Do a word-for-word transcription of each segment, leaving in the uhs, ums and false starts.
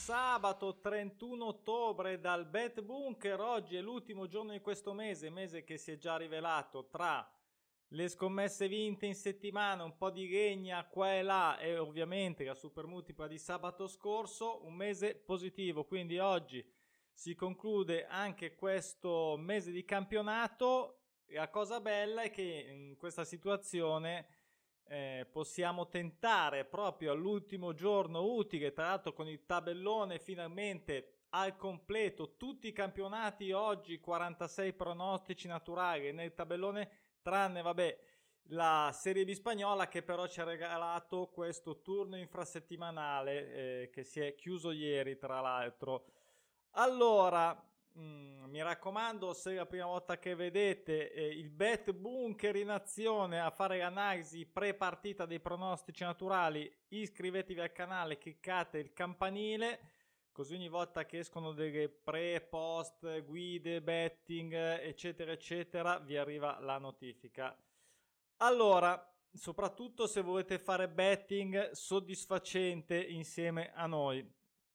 sabato trentuno ottobre dal Bet Bunker. Oggi è l'ultimo giorno di questo mese, mese che si è già rivelato tra le scommesse vinte in settimana, un po' di regna qua e là e ovviamente la super multipla di sabato scorso, un mese positivo. Quindi oggi si conclude anche questo mese di campionato. La cosa bella è che in questa situazione Eh, possiamo tentare proprio all'ultimo giorno utile, tra l'altro con il tabellone finalmente al completo, tutti i campionati oggi, quarantasei pronostici naturali nel tabellone, tranne vabbè la Serie B spagnola che però ci ha regalato questo turno infrasettimanale eh, che si è chiuso ieri tra l'altro. Allora, Mm, mi raccomando, se è la prima volta che vedete eh, il Bet Bunker in azione a fare l'analisi pre-partita dei pronostici naturali, iscrivetevi al canale, cliccate il campanile, così ogni volta che escono delle pre-post, guide, betting, eccetera, eccetera, vi arriva la notifica. Allora, soprattutto se volete fare betting soddisfacente insieme a noi.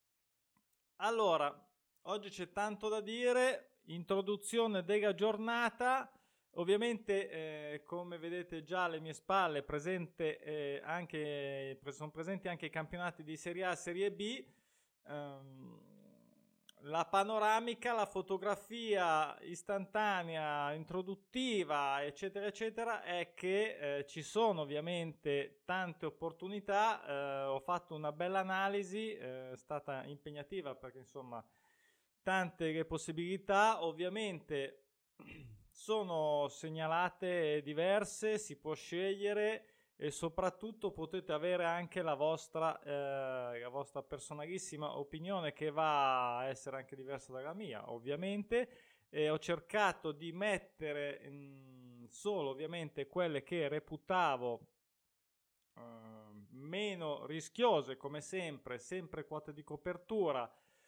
Allora, oggi c'è tanto da dire, introduzione della giornata, ovviamente eh, come vedete già alle mie spalle presente, eh, anche, sono presenti anche i campionati di Serie A e Serie B, um, la panoramica, la fotografia istantanea, introduttiva, eccetera, eccetera, è che eh, ci sono ovviamente tante opportunità. Eh, ho fatto una bella analisi, eh, è stata impegnativa perché insomma tante le possibilità, ovviamente sono segnalate diverse, si può scegliere e soprattutto potete avere anche la vostra, eh, la vostra personalissima opinione che va a essere anche diversa dalla mia, ovviamente. E ho cercato di mettere mh, solo ovviamente quelle che reputavo eh, meno rischiose, come sempre, sempre quote di copertura.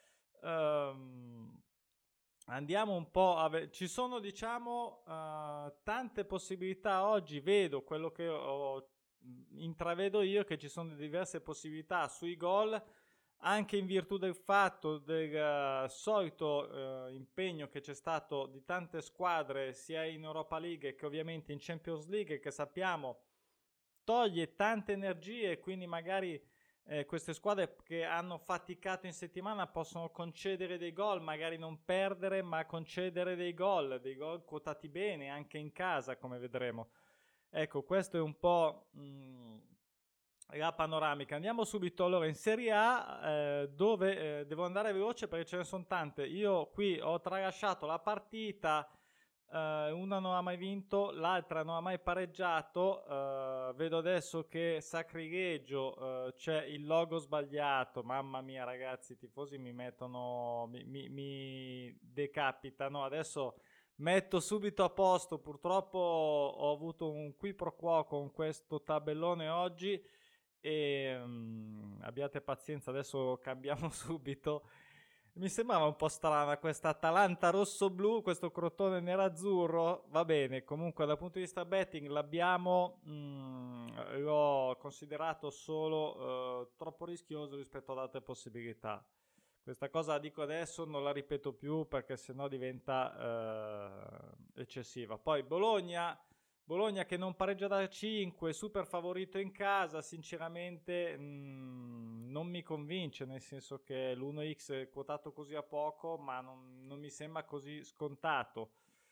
Um, Andiamo un po' a ve- ci sono diciamo uh, tante possibilità oggi, vedo quello che ho, intravedo io che ci sono diverse possibilità sui gol anche in virtù del fatto del uh, solito uh, impegno che c'è stato di tante squadre sia in Europa League che ovviamente in Champions League, che sappiamo toglie tante energie, quindi magari eh, queste squadre che hanno faticato in settimana possono concedere dei gol, magari non perdere, ma concedere dei gol, dei gol quotati bene anche in casa, come vedremo. Ecco, questo è un po' mh, la panoramica. Andiamo subito allora in Serie A, eh, dove eh, devo andare veloce perché ce ne sono tante. Io qui ho tralasciato la partita. Uh, una non ha mai vinto, l'altra non ha mai pareggiato. Uh, vedo adesso che sacrilegio, uh, c'è il logo sbagliato. Mamma mia, ragazzi, i tifosi mi mettono, mi, mi, mi decapitano. Adesso metto subito a posto. Purtroppo ho avuto un qui pro quo con questo tabellone oggi. E um, abbiate pazienza, adesso cambiamo subito. Mi sembrava un po' strana questa Atalanta rosso-blu, questo crotone nero-azzurro. Va bene, comunque dal punto di vista betting l'abbiamo, mh, l'ho considerato solo eh, troppo rischioso rispetto ad altre possibilità. Questa cosa la dico adesso, non la ripeto più perché sennò diventa eh, eccessiva. Poi Bologna, Bologna che non pareggia da cinque, super favorito in casa, sinceramente mh, non mi convince, nel senso che l'uno x è quotato così a poco, ma non, non mi sembra così scontato.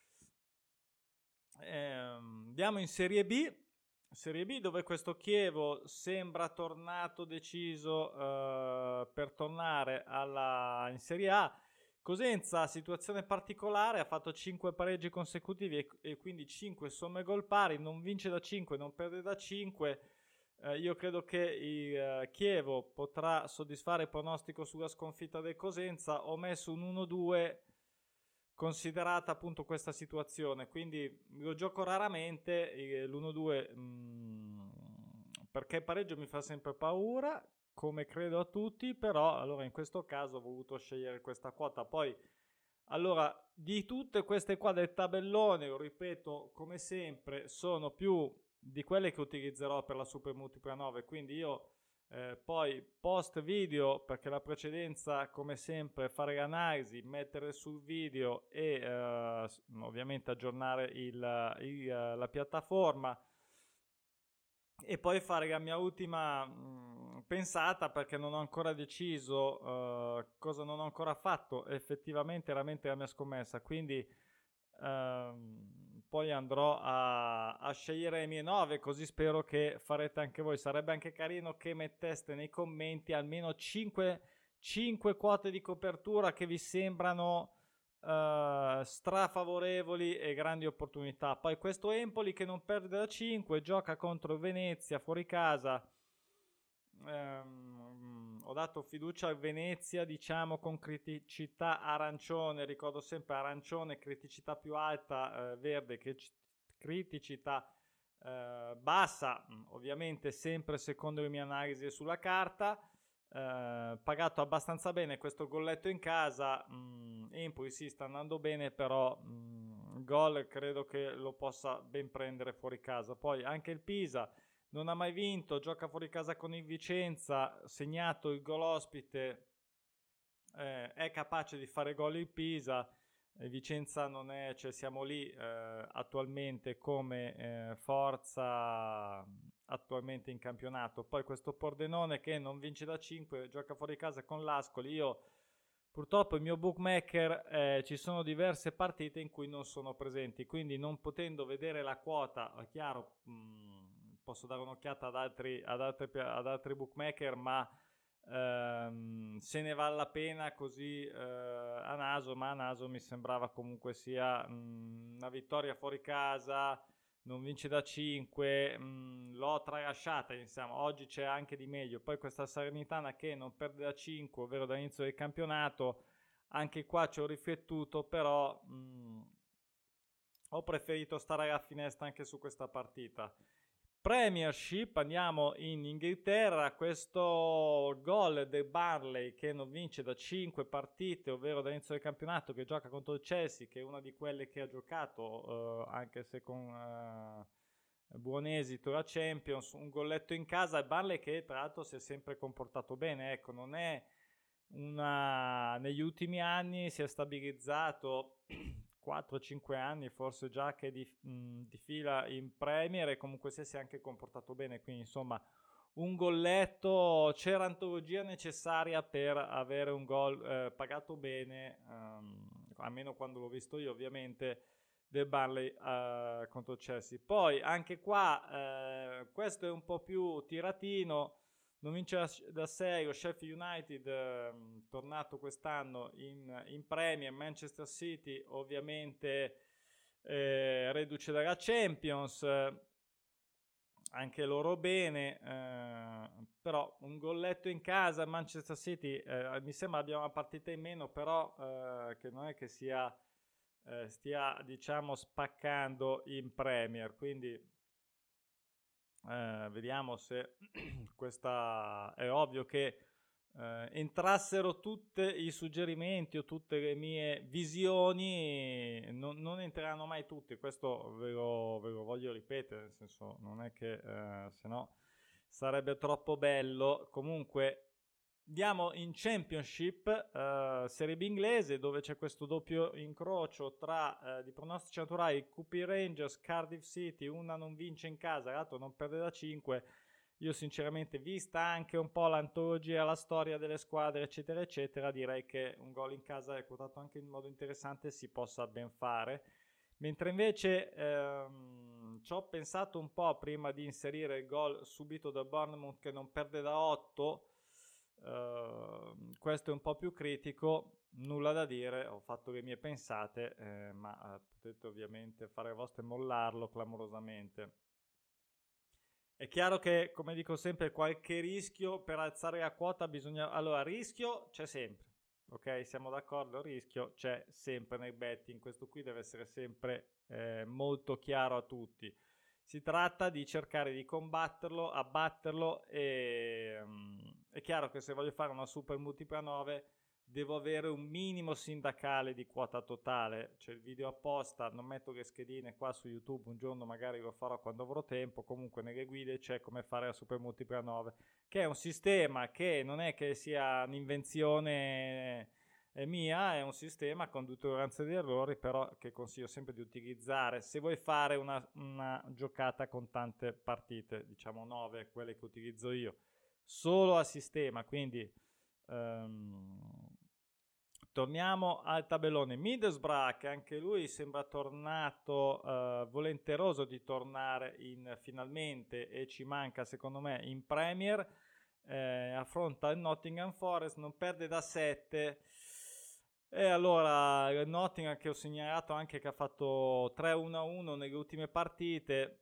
Eh, andiamo in Serie B, Serie B dove questo Chievo sembra tornato deciso eh, per tornare alla, in Serie A. Cosenza, situazione particolare, ha fatto cinque pareggi consecutivi e, e quindi cinque somme gol pari, non vince da cinque, non perde da cinque. Eh, io credo che il eh, Chievo potrà soddisfare il pronostico sulla sconfitta del Cosenza. Ho messo un uno due considerata appunto questa situazione, quindi lo gioco raramente l'uno due perché il pareggio mi fa sempre paura, come credo a tutti, però allora in questo caso ho voluto scegliere questa quota. Poi allora di tutte queste qua del tabellone, lo ripeto come sempre, sono più di quelle che utilizzerò per la super multipla nove, quindi io Eh, poi post video, perché la precedenza come sempre è fare l'analisi, mettere sul video e eh, ovviamente aggiornare il, il, la piattaforma, e poi fare la mia ultima mh, pensata, perché non ho ancora deciso uh, cosa non ho ancora fatto effettivamente veramente la mia scommessa, quindi uh, poi andrò a, a scegliere le mie nove, così spero che farete anche voi. Sarebbe anche carino che metteste nei commenti almeno cinque, cinque quote di copertura che vi sembrano Uh, strafavorevoli e grandi opportunità. Poi questo Empoli che non perde da cinque, gioca contro Venezia fuori casa. Um, ho dato fiducia a Venezia, diciamo con criticità arancione, ricordo sempre arancione, criticità più alta, uh, verde, criticità uh, bassa, ovviamente sempre secondo le mie analisi sulla carta. Uh, pagato abbastanza bene questo golletto in casa. mh, Empoli sì, sta andando bene, però mh, gol credo che lo possa ben prendere fuori casa. Poi anche il Pisa non ha mai vinto, gioca fuori casa con il Vicenza, segnato il gol ospite, eh, è capace di fare gol il Pisa. il Vicenza non è, cioè siamo lì eh, attualmente come eh, forza attualmente in campionato. Poi questo Pordenone che non vince da cinque, gioca fuori casa con l'Ascoli. Io purtroppo il mio bookmaker eh, ci sono diverse partite in cui non sono presenti, quindi non potendo vedere la quota, è chiaro, mh, posso dare un'occhiata ad altri, ad altri, ad altri bookmaker, ma ehm, se ne vale la pena così eh, a naso, ma a naso mi sembrava comunque sia mh, una vittoria fuori casa, non vince da cinque, mh, l'ho tralasciata, insomma, oggi c'è anche di meglio. Poi questa Salernitana che non perde da cinque, ovvero dall'inizio del campionato, anche qua ci ho riflettuto, però mh, ho preferito stare alla finestra anche su questa partita. Premiership, andiamo in Inghilterra. Questo gol del Burnley che non vince da cinque partite, ovvero dall'inizio del campionato, che gioca contro il Chelsea, che è una di quelle che ha giocato, eh, anche se con eh, buon esito, la Champions. Un golletto in casa, il Burnley che tra l'altro si è sempre comportato bene, ecco, non è una... negli ultimi anni si è stabilizzato quattro cinque anni forse già che di, mh, di fila in Premier, e comunque si è anche comportato bene, quindi insomma un golletto, c'era antologia necessaria per avere un gol eh, pagato bene, um, almeno quando l'ho visto io ovviamente, del Burnley uh, contro Chelsea. Poi anche qua eh, questo è un po' più tiratino, non vince da sei lo Sheffield United, eh, tornato quest'anno in, in Premier. Manchester City ovviamente eh, reduce dalla Champions, eh, anche loro bene, eh, però un golletto in casa. Manchester City eh, mi sembra abbia una partita in meno, però eh, che non è che sia eh, stia diciamo spaccando in Premier, quindi Eh, vediamo se questa è ovvio che eh, entrassero tutti i suggerimenti o tutte le mie visioni, non, non entreranno mai tutti, questo ve lo, ve lo voglio ripetere, nel senso non è che eh, se no sarebbe troppo bello. Comunque andiamo in Championship, eh, Serie B inglese, dove c'è questo doppio incrocio tra eh, di pronostici naturali, Q P Rangers, Cardiff City. Una non vince in casa, l'altro non perde da cinque. Io sinceramente, vista anche un po' l'antologia, la storia delle squadre eccetera eccetera, direi che un gol in casa è quotato anche in modo interessante, si possa ben fare. Mentre invece ehm, ci ho pensato un po' prima di inserire il gol subito da Bournemouth che non perde da otto. Uh, questo è un po' più critico, nulla da dire, ho fatto le mie pensate, eh, ma uh, potete ovviamente fare le vostre e mollarlo clamorosamente. È chiaro che, come dico sempre, qualche rischio per alzare la quota bisogna... Allora, rischio c'è sempre, ok? Siamo d'accordo, il rischio c'è sempre nel betting, questo qui deve essere sempre eh, molto chiaro a tutti. Si tratta di cercare di combatterlo, abbatterlo, e um, è chiaro che se voglio fare una super multipla nove devo avere un minimo sindacale di quota totale. C'è il video apposta, non metto le schedine qua su YouTube, un giorno magari lo farò quando avrò tempo. Comunque nelle guide c'è come fare la Super Multipla nove, che è un sistema che non è che sia un'invenzione è mia, è un sistema con due tolleranze di errori, però che consiglio sempre di utilizzare se vuoi fare una, una giocata con tante partite, diciamo nove, quelle che utilizzo io, solo a sistema. Quindi um, torniamo al tabellone. Middlesbrough, che anche lui sembra tornato, uh, volenteroso di tornare in finalmente, e ci manca secondo me in Premier. Eh, affronta il Nottingham Forest, non perde da sette. E allora il Nottingham, che ho segnalato anche che ha fatto tre uno a uno nelle ultime partite.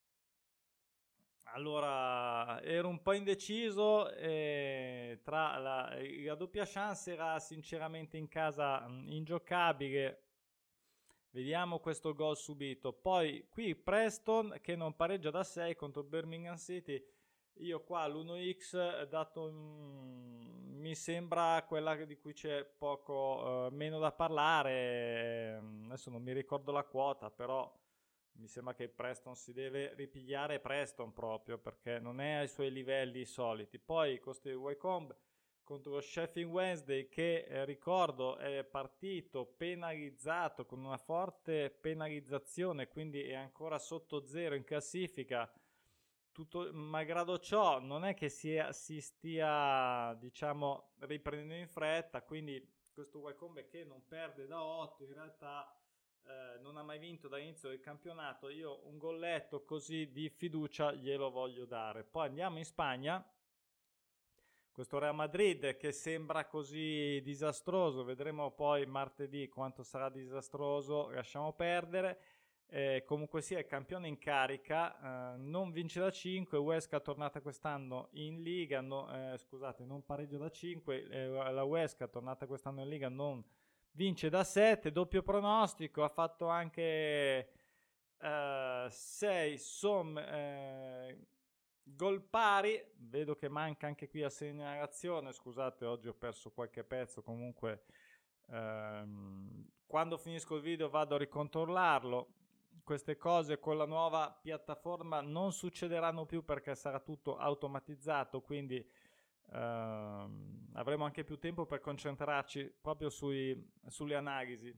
Allora ero un po' indeciso, eh, tra la, la doppia chance era sinceramente in casa mh, ingiocabile. Vediamo questo gol subito. Poi qui Preston che non pareggia da sei contro Birmingham City. Io qua l'uno x dato mh, mi sembra quella di cui c'è poco eh, meno da parlare. Adesso non mi ricordo la quota, però mi sembra che Preston si deve ripigliare Preston proprio perché non è ai suoi livelli soliti. Poi costo di Wycombe contro lo Sheffield Wednesday, che eh, ricordo è partito penalizzato con una forte penalizzazione, quindi è ancora sotto zero in classifica. Tutto, malgrado ciò non è che si, si stia, diciamo, riprendendo in fretta, quindi questo Wycombe che non perde da otto, in realtà eh, non ha mai vinto dall'inizio del campionato. Io un golletto così di fiducia glielo voglio dare. Poi andiamo in Spagna, questo Real Madrid che sembra così disastroso, vedremo poi martedì quanto sarà disastroso, lasciamo perdere. Eh, comunque sia il campione in carica, eh, non vince da cinque. Huesca tornata quest'anno in Liga, no, eh, scusate, non pareggio da cinque. Eh, la Huesca tornata quest'anno in Liga non vince da sette. Doppio pronostico, ha fatto anche sei somme, eh, gol pari. Vedo che manca anche qui la segnalazione, scusate, oggi ho perso qualche pezzo. Comunque ehm, quando finisco il video vado a ricontrollarlo. Queste cose con la nuova piattaforma non succederanno più perché sarà tutto automatizzato, quindi ehm, avremo anche più tempo per concentrarci proprio sui, sulle analisi.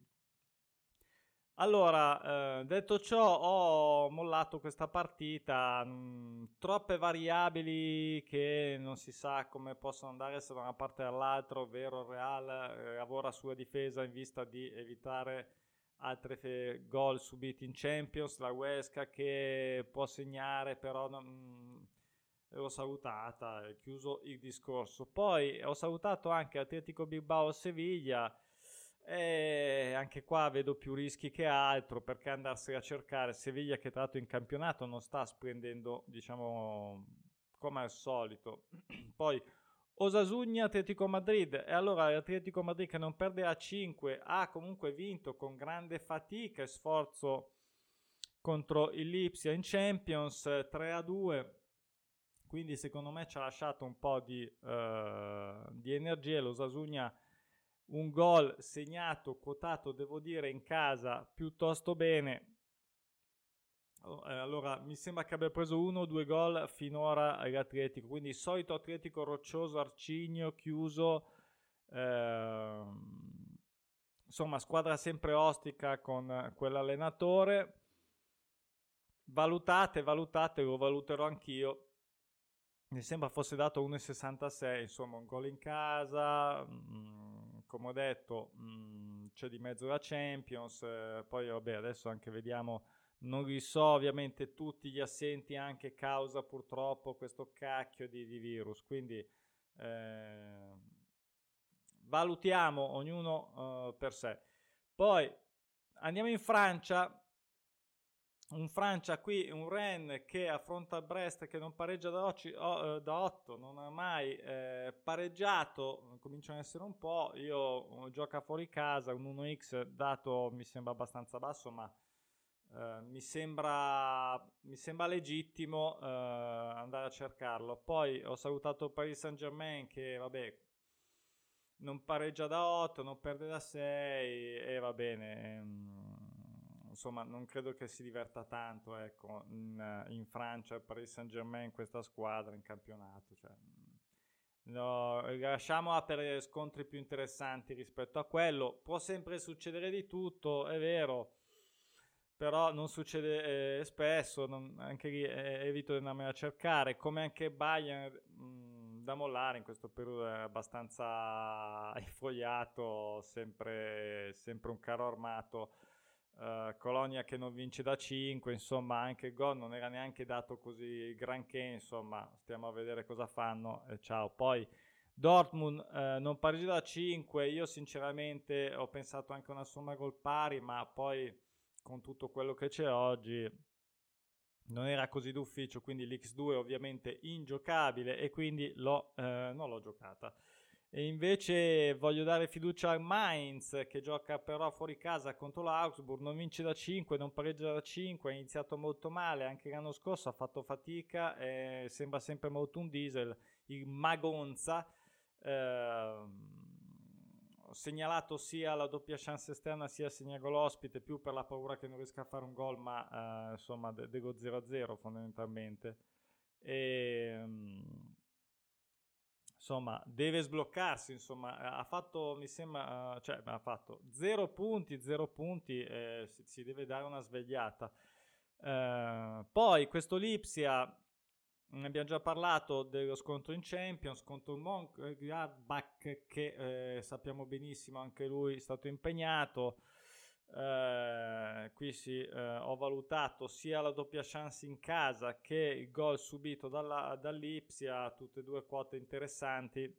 Allora, eh, detto ciò, ho mollato questa partita, mh, troppe variabili che non si sa come possono andare se da una parte all'altra, ovvero il Real eh, lavora sulla difesa in vista di evitare altri fe- gol subiti in Champions, la Huesca che può segnare, però non, l'ho salutata, è chiuso il discorso. Poi ho salutato anche Atletico Bilbao Seviglia. E anche qua vedo più rischi che altro, perché andarsene a cercare Seviglia, che tra l'altro in campionato non sta splendendo, diciamo, come al solito. Poi Osasuna Atletico Madrid, e allora l'Atletico Madrid che non perde a cinque, ha comunque vinto con grande fatica e sforzo contro il Lipsia in Champions tre a due, quindi secondo me ci ha lasciato un po' di, uh, di energia. L'Osasuna un gol segnato, quotato, devo dire, in casa piuttosto bene. Allora, mi sembra che abbia preso uno o due gol finora all'Atletico, quindi il solito Atletico roccioso, arcigno, chiuso. Ehm, insomma, squadra sempre ostica con quell'allenatore. Valutate, valutate, lo valuterò anch'io. Mi sembra fosse dato uno virgola sessantasei, insomma, un gol in casa. Mh, come ho detto, mh, c'è di mezzo la Champions. Eh, poi, vabbè, adesso anche vediamo. Non li so ovviamente tutti gli assenti, anche causa purtroppo questo cacchio di, di virus. Quindi eh, valutiamo ognuno eh, per sé. Poi andiamo in Francia. Un Francia qui, un Rennes che affronta il Brest che non pareggia da, occi, oh, da otto, non ha mai eh, pareggiato, cominciano ad essere un po'. Io gioca fuori casa, un uno x dato mi sembra abbastanza basso, ma eh, mi, sembra, mi sembra legittimo eh, andare a cercarlo. Poi ho salutato Paris Saint Germain che vabbè, non pareggia da otto, non perde da sei e va bene. Ehm, insomma, non credo che si diverta tanto, ecco, in, in Francia, il Paris Saint-Germain, questa squadra in campionato. Cioè, no, lasciamola per scontri più interessanti rispetto a quello. Può sempre succedere di tutto, è vero, però non succede eh, spesso. Non, anche lì eh, evito di andarmene a cercare. Come anche Bayern, mh, da mollare in questo periodo è abbastanza infogliato, sempre, sempre un carro armato. Uh, Colonia che non vince da cinque, insomma anche il gol non era neanche dato così granché, insomma stiamo a vedere cosa fanno e ciao. Poi Dortmund uh, non pareggia da cinque, io sinceramente ho pensato anche a una somma gol pari, ma poi con tutto quello che c'è oggi non era così d'ufficio, quindi l'X due ovviamente ingiocabile e quindi l'ho, uh, non l'ho giocata. E invece voglio dare fiducia al Mainz, che gioca però fuori casa contro l'Augsburg, non vince da cinque, non pareggia da cinque, ha iniziato molto male, anche l'anno scorso ha fatto fatica, eh, sembra sempre molto un diesel, il Magonza. Eh, ho segnalato sia la doppia chance esterna sia il segnagol ospite, più per la paura che non riesca a fare un gol, ma eh, insomma dello zero a zero fondamentalmente. E... insomma deve sbloccarsi, insomma ha fatto, mi sembra, cioè ha fatto zero punti, zero punti, eh, si, si deve dare una svegliata. Eh, poi questo Lipsia, ne abbiamo già parlato dello scontro in Champions contro il Mönchengladbach, che eh, sappiamo benissimo anche lui è stato impegnato. Uh, qui sì, uh, ho valutato sia la doppia chance in casa che il gol subito dalla, dall'Ipsia, tutte e due quote interessanti.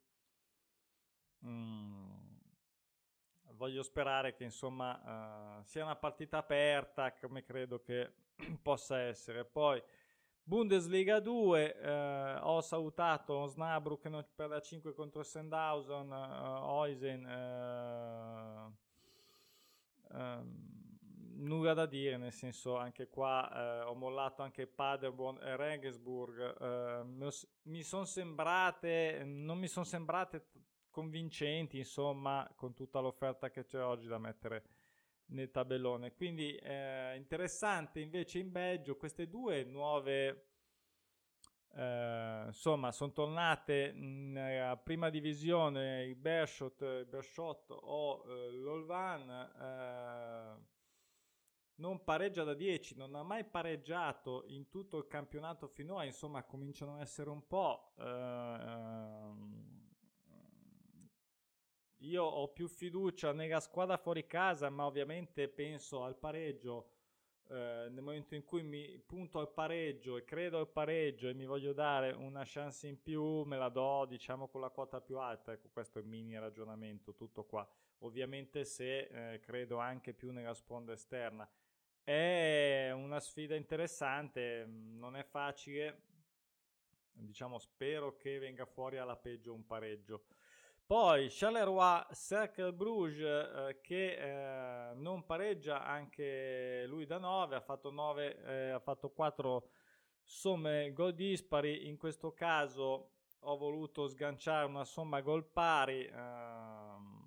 Mm. Voglio sperare che insomma uh, sia una partita aperta, come credo che possa essere. Poi Bundesliga due, uh, ho salutato Osnabrück che non perde a cinque contro Sandhausen, uh, Oisen. Uh, Um, nulla da dire, nel senso anche qua eh, ho mollato anche Paderborn e Regensburg, eh, mi sono sembrate non mi sono sembrate convincenti, insomma, con tutta l'offerta che c'è oggi da mettere nel tabellone. Quindi eh, interessante invece in Belgio queste due nuove Uh, insomma sono tornate nella prima divisione il Beerschot, il Beerschot o uh, l'Olvan. Uh, non pareggia da dieci, non ha mai pareggiato in tutto il campionato finora, insomma cominciano a essere un po' uh, io ho più fiducia nella squadra fuori casa, ma ovviamente penso al pareggio. Eh, nel momento in cui mi punto al pareggio e credo al pareggio e mi voglio dare una chance in più, me la do, diciamo, con la quota più alta. Ecco, questo è il mini ragionamento, tutto qua. Ovviamente se eh, credo anche più nella sponda esterna. È una sfida interessante, non è facile, diciamo, spero che venga fuori alla peggio un pareggio. Poi Charleroi Cercle Bruges eh, che eh, non pareggia anche lui da nove, ha fatto nove, eh, ha fatto quattro somme gol dispari. In questo caso ho voluto sganciare una somma gol pari, ehm,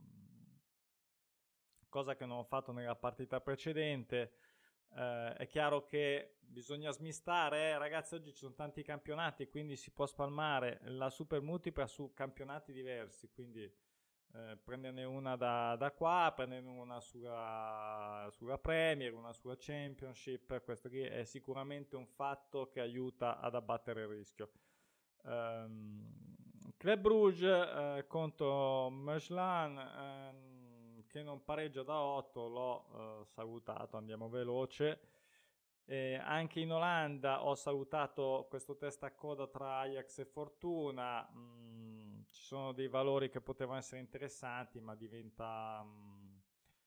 cosa che non ho fatto nella partita precedente. Uh, è chiaro che bisogna smistare, eh? Ragazzi, oggi ci sono tanti campionati, quindi si può spalmare la super multipla su campionati diversi, quindi eh, prenderne una da, da qua, prenderne una sulla, sulla Premier, una sulla Championship. Questo qui è sicuramente un fatto che aiuta ad abbattere il rischio. um, Club Bruges eh, contro Mechelen, ehm, che non pareggia da otto, l'ho eh, salutato, andiamo veloce. Eh, anche in Olanda ho salutato questo testa a coda tra Ajax e Fortuna. Mm, ci sono dei valori che potevano essere interessanti, ma diventa mm,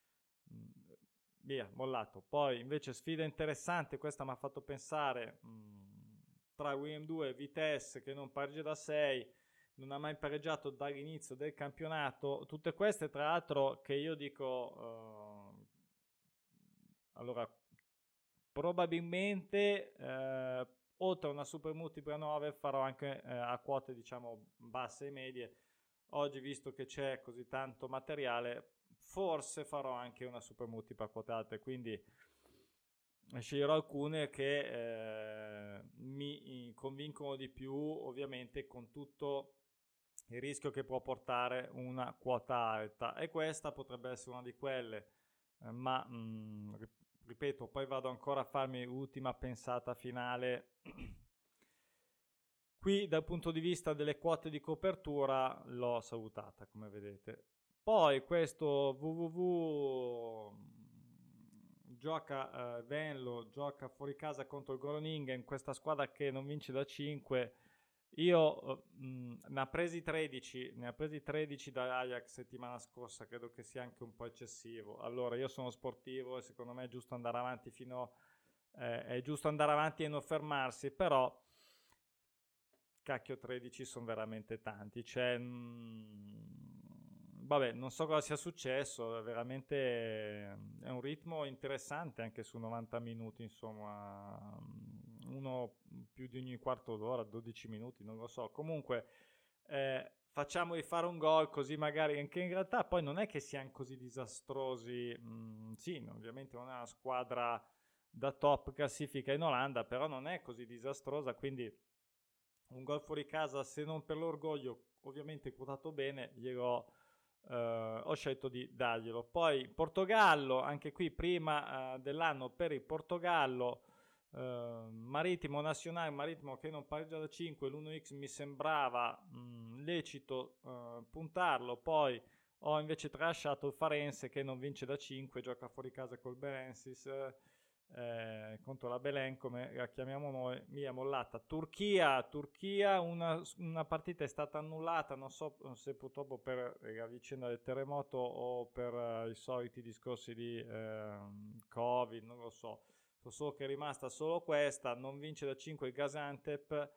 via, mollato. Poi invece sfida interessante, questa mi ha fatto pensare, mm, tra William due e Vitesse che non pareggia da sei, non ha mai pareggiato dall'inizio del campionato. Tutte queste, tra l'altro, che io dico, uh, allora, probabilmente, uh, oltre a una super multipla nove, farò anche uh, a quote, diciamo, basse e medie, oggi, visto che c'è così tanto materiale, forse farò anche una super multipla quotate, quindi sceglierò alcune che eh, mi convincono di più, ovviamente con tutto il rischio che può portare una quota alta, e questa potrebbe essere una di quelle, eh, ma mh, ripeto, poi vado ancora a farmi l'ultima pensata finale. Qui dal punto di vista delle quote di copertura l'ho salutata, come vedete. Poi questo www gioca eh, Venlo, gioca fuori casa contro il Groningen, questa squadra che non vince da cinque. Io mh, ne ha presi tredici, ne ha presi tredici da Ajax settimana scorsa, credo che sia anche un po' eccessivo. Allora, io sono sportivo e secondo me è giusto andare avanti fino eh, è giusto andare avanti e non fermarsi, però cacchio, tredici sono veramente tanti. Cioè, mh, vabbè, non so cosa sia successo, è veramente è un ritmo interessante anche su novanta minuti, insomma, uno più di ogni quarto d'ora, dodici minuti, non lo so. Comunque, eh, facciamoli fare un gol così magari, anche in realtà poi non è che siano così disastrosi. Mh, sì, ovviamente non è una squadra da top classifica in Olanda, però non è così disastrosa, quindi un gol fuori casa, se non per l'orgoglio, ovviamente quotato bene, glielo eh, ho scelto di darglielo. Poi Portogallo, anche qui prima eh, dell'anno per il Portogallo, eh, Marittimo Nazionale, Marittimo che non pareggia da cinque, l'uno x mi sembrava mh, lecito eh, puntarlo, poi ho invece tralasciato il Farense che non vince da cinque, gioca fuori casa col Belenenses, eh, eh, contro la Belen, come la chiamiamo noi, mi è mollata. Turchia, Turchia, una, una partita è stata annullata, non so se purtroppo per la vicenda del terremoto o per uh, i soliti discorsi di eh, Covid, non lo so. So solo che è rimasta solo questa, non vince da cinque il Gaziantep.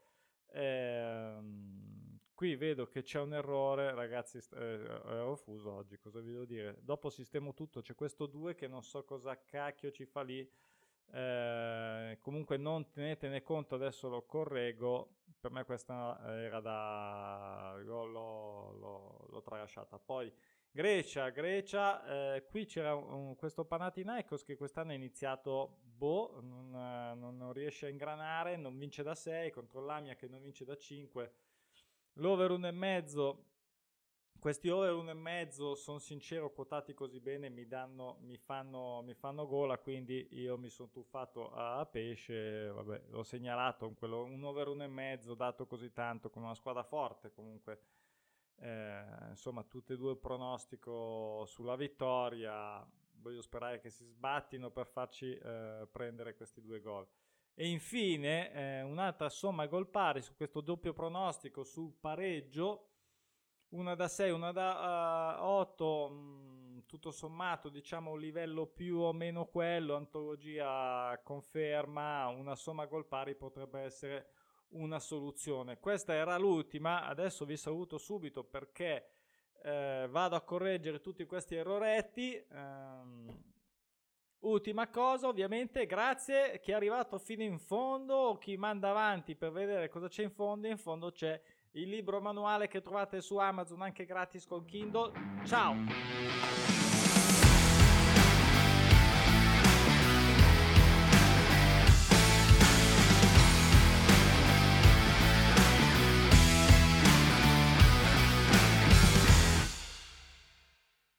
Ehm, qui vedo che c'è un errore, ragazzi, eh, ho fuso oggi, cosa vi devo dire? Dopo sistemo tutto, c'è questo due che non so cosa cacchio ci fa lì. Eh, comunque non tenetene conto, adesso lo correggo, per me questa era da l'ho, l'ho, l'ho, l'ho tralasciata. Poi Grecia, Grecia, eh, qui c'era un, un, questo Panathinaikos che quest'anno è iniziato boh, non, non, non riesce a ingranare, non vince da sei contro l'Amia che non vince da cinque, l'over uno e mezzo. Questi over uno e mezzo, sono sincero, quotati così bene mi danno, mi fanno, mi fanno gola, quindi io mi sono tuffato a pesce, vabbè, l'ho segnalato, quello, un over uno e mezzo dato così tanto con una squadra forte comunque, eh, insomma tutte e due il pronostico sulla vittoria, voglio sperare che si sbattino per farci eh, prendere questi due gol. E infine eh, un'altra somma gol pari su questo doppio pronostico sul pareggio, una da sei, una da uh, otto, mh, tutto sommato diciamo un livello più o meno quello, antologia conferma, una somma gol pari potrebbe essere una soluzione. Questa era l'ultima, adesso vi saluto subito perché eh, vado a correggere tutti questi erroretti. Um, ultima cosa, ovviamente, grazie chi è arrivato fino in fondo, chi manda avanti per vedere cosa c'è in fondo. In fondo c'è il libro manuale che trovate su Amazon anche gratis con Kindle. Ciao!